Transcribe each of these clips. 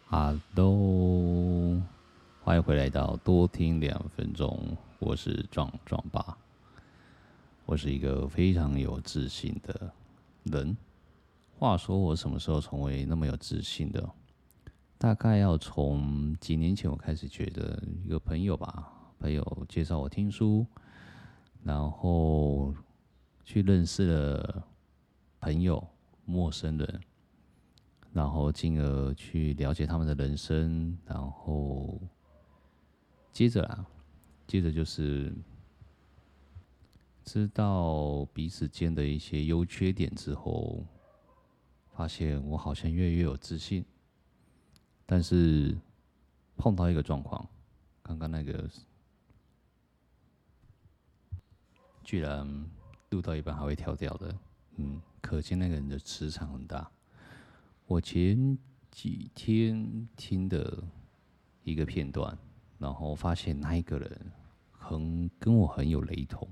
Hello，欢迎回来到多听2分钟，我是壮壮爸。我是一个非常有自信的人。话说我什么时候成为那么有自信的？大概要从几年前我开始觉得一个朋友吧，朋友介绍我听书，然后去认识了朋友、陌生人。然后进而去了解他们的人生，然后接着就是知道彼此间的一些优缺点之后，发现我好像越来越有自信，但是碰到一个状况，刚刚那个居然录到一半还会跳掉的，可见那个人的磁场很大。我前几天听的一个片段，然后发现那一个人跟我很有雷同，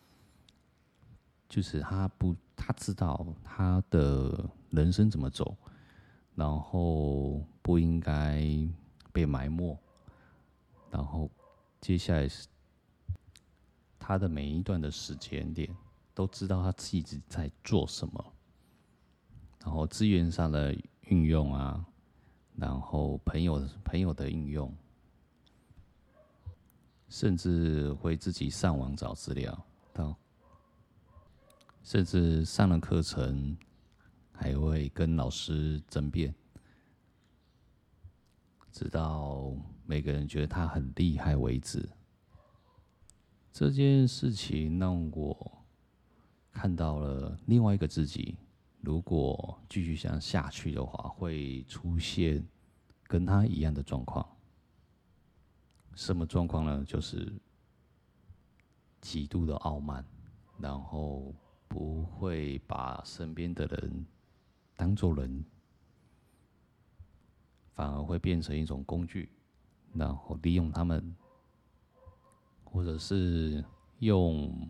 就是他知道他的人生怎么走，然后不应该被埋没，然后接下来是他的每一段的时间点都知道他自己在做什么，然后资源上的运用啊，然后朋友的运用，甚至会自己上网找资料，甚至上了课程还会跟老师争辩，直到每个人觉得他很厉害为止。这件事情让我看到了另外一个自己，如果继续这样下去的话，会出现跟他一样的状况。什么状况呢？就是极度的傲慢，然后不会把身边的人当作人，反而会变成一种工具，然后利用他们，或者是用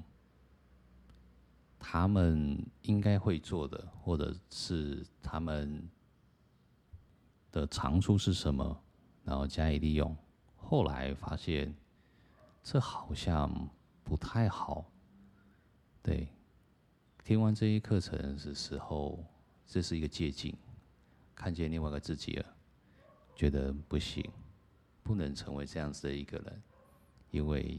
他们应该会做的，或者是他们的长处是什么，然后加以利用。后来发现这好像不太好。对，听完这一课程的时候，这是一个借镜，看见另外一个自己了，觉得不行，不能成为这样子的一个人，因为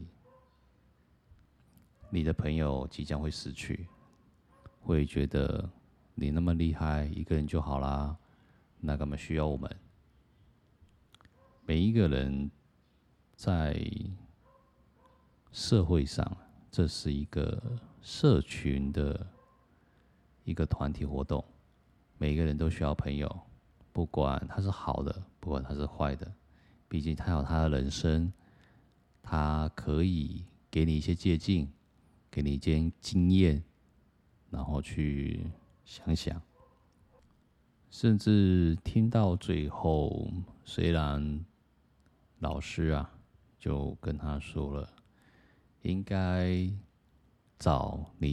你的朋友即将会失去，会觉得你那么厉害，一个人就好啦，那干嘛需要我们？每一个人在社会上，这是一个社群的一个团体活动，每个人都需要朋友，不管他是好的，不管他是坏的，毕竟他有他的人生，他可以给你一些借鉴，给你一些经验，然后去想想，甚至听到最后，虽然老师就跟他说了，应该找你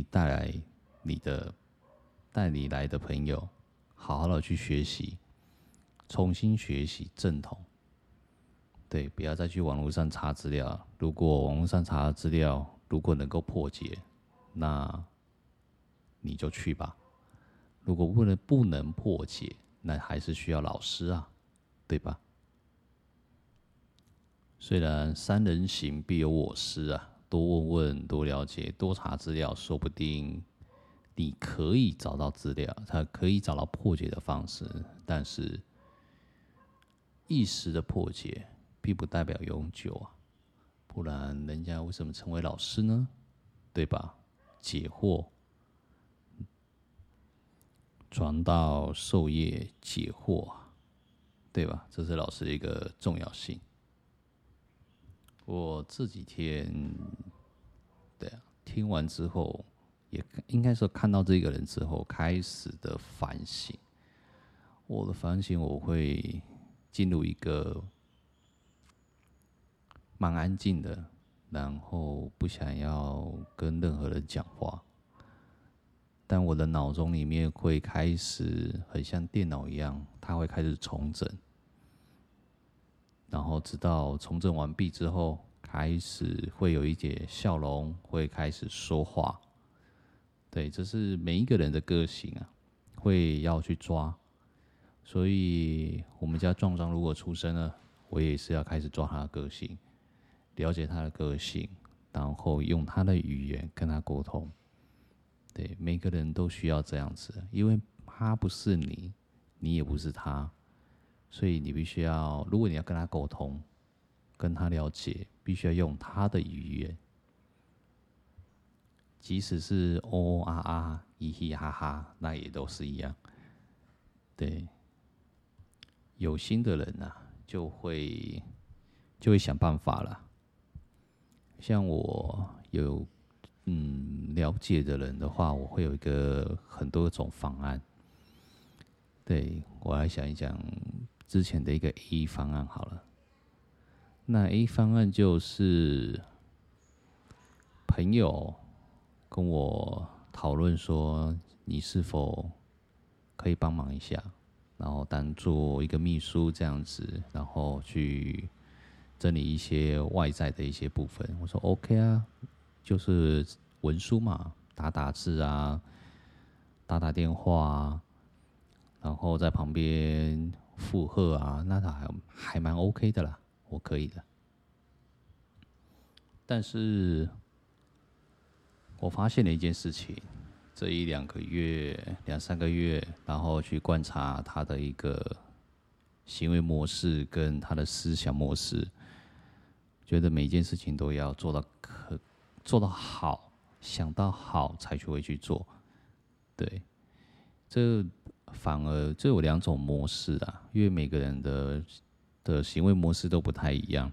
带你来的朋友，好好的去学习，重新学习正统。对，不要再去网络上查资料。如果网络上查的资料如果能够破解，那你就去吧。如果不能破解，那还是需要老师对吧？虽然三人行必有我师多问问，多了解，多查资料，说不定你可以找到资料，它可以找到破解的方式，但是一时的破解并不代表永久不然人家为什么成为老师呢？对吧？解惑，传道授业解惑对吧？这是老师的一个重要性。我这几天，听完之后，也应该说看到这个人之后，开始的反省。我的反省，我会进入一个蛮安静的，然后不想要跟任何人讲话，但我的脑中里面会开始很像电脑一样，它会开始重整， 然后直到重整完毕之后，开始会有一点笑容，会开始说话。对，这是每一个人的个性啊，会要去抓。所以我们家壮壮如果出生了，我也是要开始抓他的个性，了解他的个性，然后用他的语言跟他沟通。对，每个人都需要这样子，因为他不是你，你也不是他，所以你必须要，如果你要跟他沟通，跟他了解，必须要用他的语言，即使是哦哦啊啊、嘻嘻哈哈，那也都是一样。对，有心的人啊，就会想办法了。像我有了解的人的话，我会有很多种方案。对，我来想一讲之前的一个 A 方案好了。那 A 方案就是朋友跟我讨论说，你是否可以帮忙一下，然后当做一个秘书这样子，然后去整理一些外在的一些部分。我说 OK 啊，就是文书嘛，打打字啊，打打电话啊，然后在旁边附和啊，那还蛮 OK 的啦，我可以的。但是我发现了一件事情，这一两个月、两三个月，然后去观察他的一个行为模式跟他的思想模式，觉得每一件事情都要做到好，想到好才会去做。对，这反而这有两种模式啊，因为每个人的行为模式都不太一样。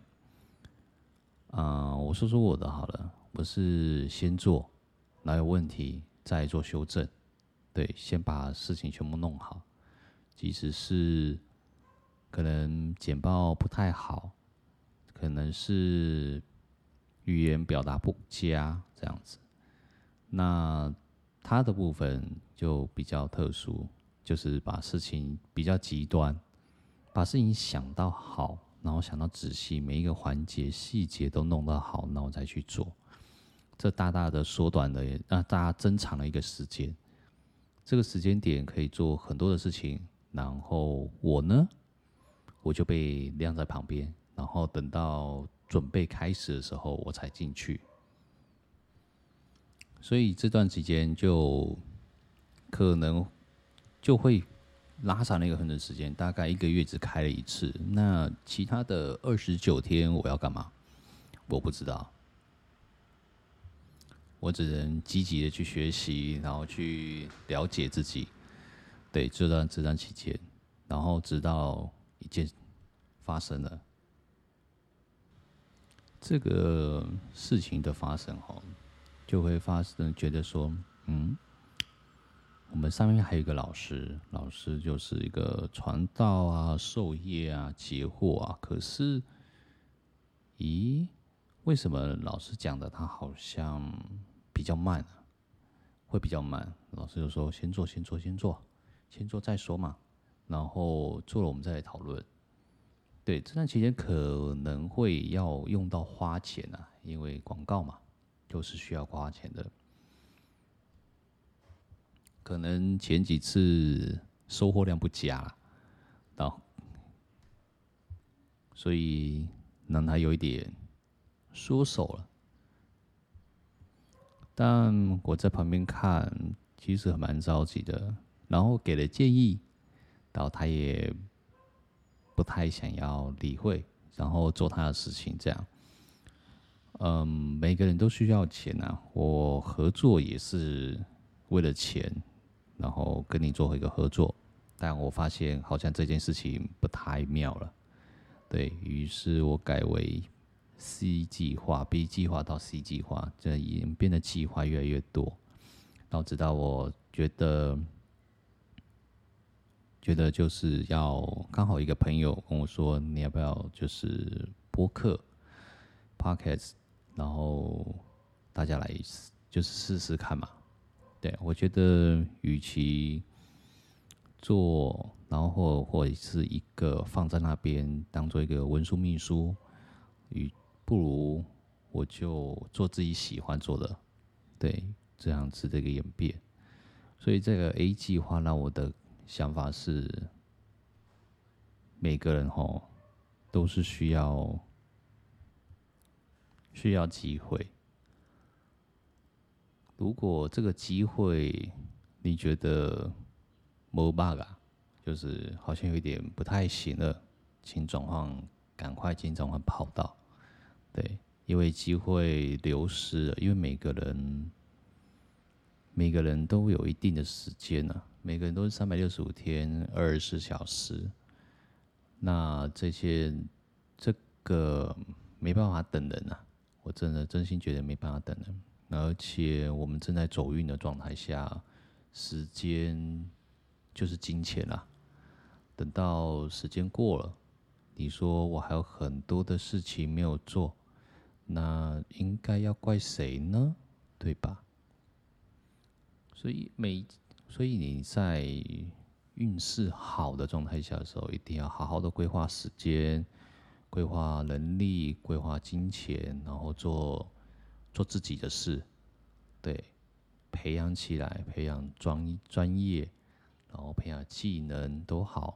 我说说我的好了，我是先做，哪有问题再做修正。对，先把事情全部弄好，即使是可能简报不太好，可能是语言表达不佳这样子。那他的部分就比较特殊，就是把事情比较极端，把事情想到好，然后想到仔细，每一个环节细节都弄到好，然后再去做。这大大的缩短了，大家增长了一个时间。这个时间点可以做很多的事情，然后我呢，我就被晾在旁边，然后等到准备开始的时候，我才进去。所以这段期间就可能就会拉长了一个很长时间，大概1个月只开了一次。那其他的29天我要干嘛？我不知道，我只能积极的去学习，然后去了解自己。对，这段期间，然后直到一件发生了，这个事情的发生后，就会发生觉得说，我们上面还有一个老师，老师就是一个传道啊、授业啊、解惑啊。可是，咦，为什么老师讲的他好像比较慢啊？会比较慢。老师就说：先做，先做，先做，先做再说嘛。然后做了，我们再来讨论。对，这段期间可能会要用到花钱啊，因为广告嘛，就是需要花钱的。可能前几次收获量不佳，然后所以让他有一点缩手了。但我在旁边看，其实蛮着急的，然后给了建议，然后他也不太想要理会，然后做他的事情这样。每个人都需要钱啊，我合作也是为了钱，然后跟你做一个合作，但我发现好像这件事情不太妙了，对，于是我改为 C 计划、B 计划到 C 计划，这演变的计划越来越多，然后直到我觉得就是要刚好一个朋友跟我说，你要不要就是播客 podcast， 然后大家来就是试试看嘛。对，我觉得与其做，然后或者是一个放在那边当做一个文书秘书，不如我就做自己喜欢做的，对，这样子的一个演变。所以这个 A 计划让我的想法是，每个人都是需要机会。如果这个机会你觉得没办法，就是好像有一点不太行了，请赶快转换跑道。对，因为机会流失了，因为每个人都有一定的时间啊，每个人都是365天24小时，那这个没办法等人啊，我真心觉得没办法等人，而且我们正在走运的状态下，时间就是金钱啦。等到时间过了，你说我还有很多的事情没有做，那应该要怪谁呢？对吧？所以你在运势好的状态下的时候，一定要好好的规划时间、规划能力、规划金钱，然后做自己的事，对，培养起来，培养专业，然后培养技能都好。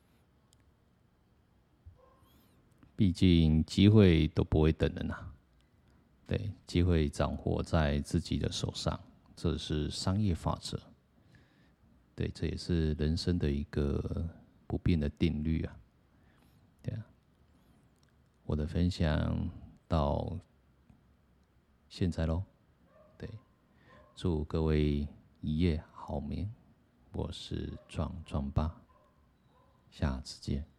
毕竟机会都不会等人啊，对，机会掌握在自己的手上，这是商业法则。对，这也是人生的一个不变的定律啊。对啊，我的分享到现在咯。对，祝各位一夜好眠。我是壮壮爸，下次见。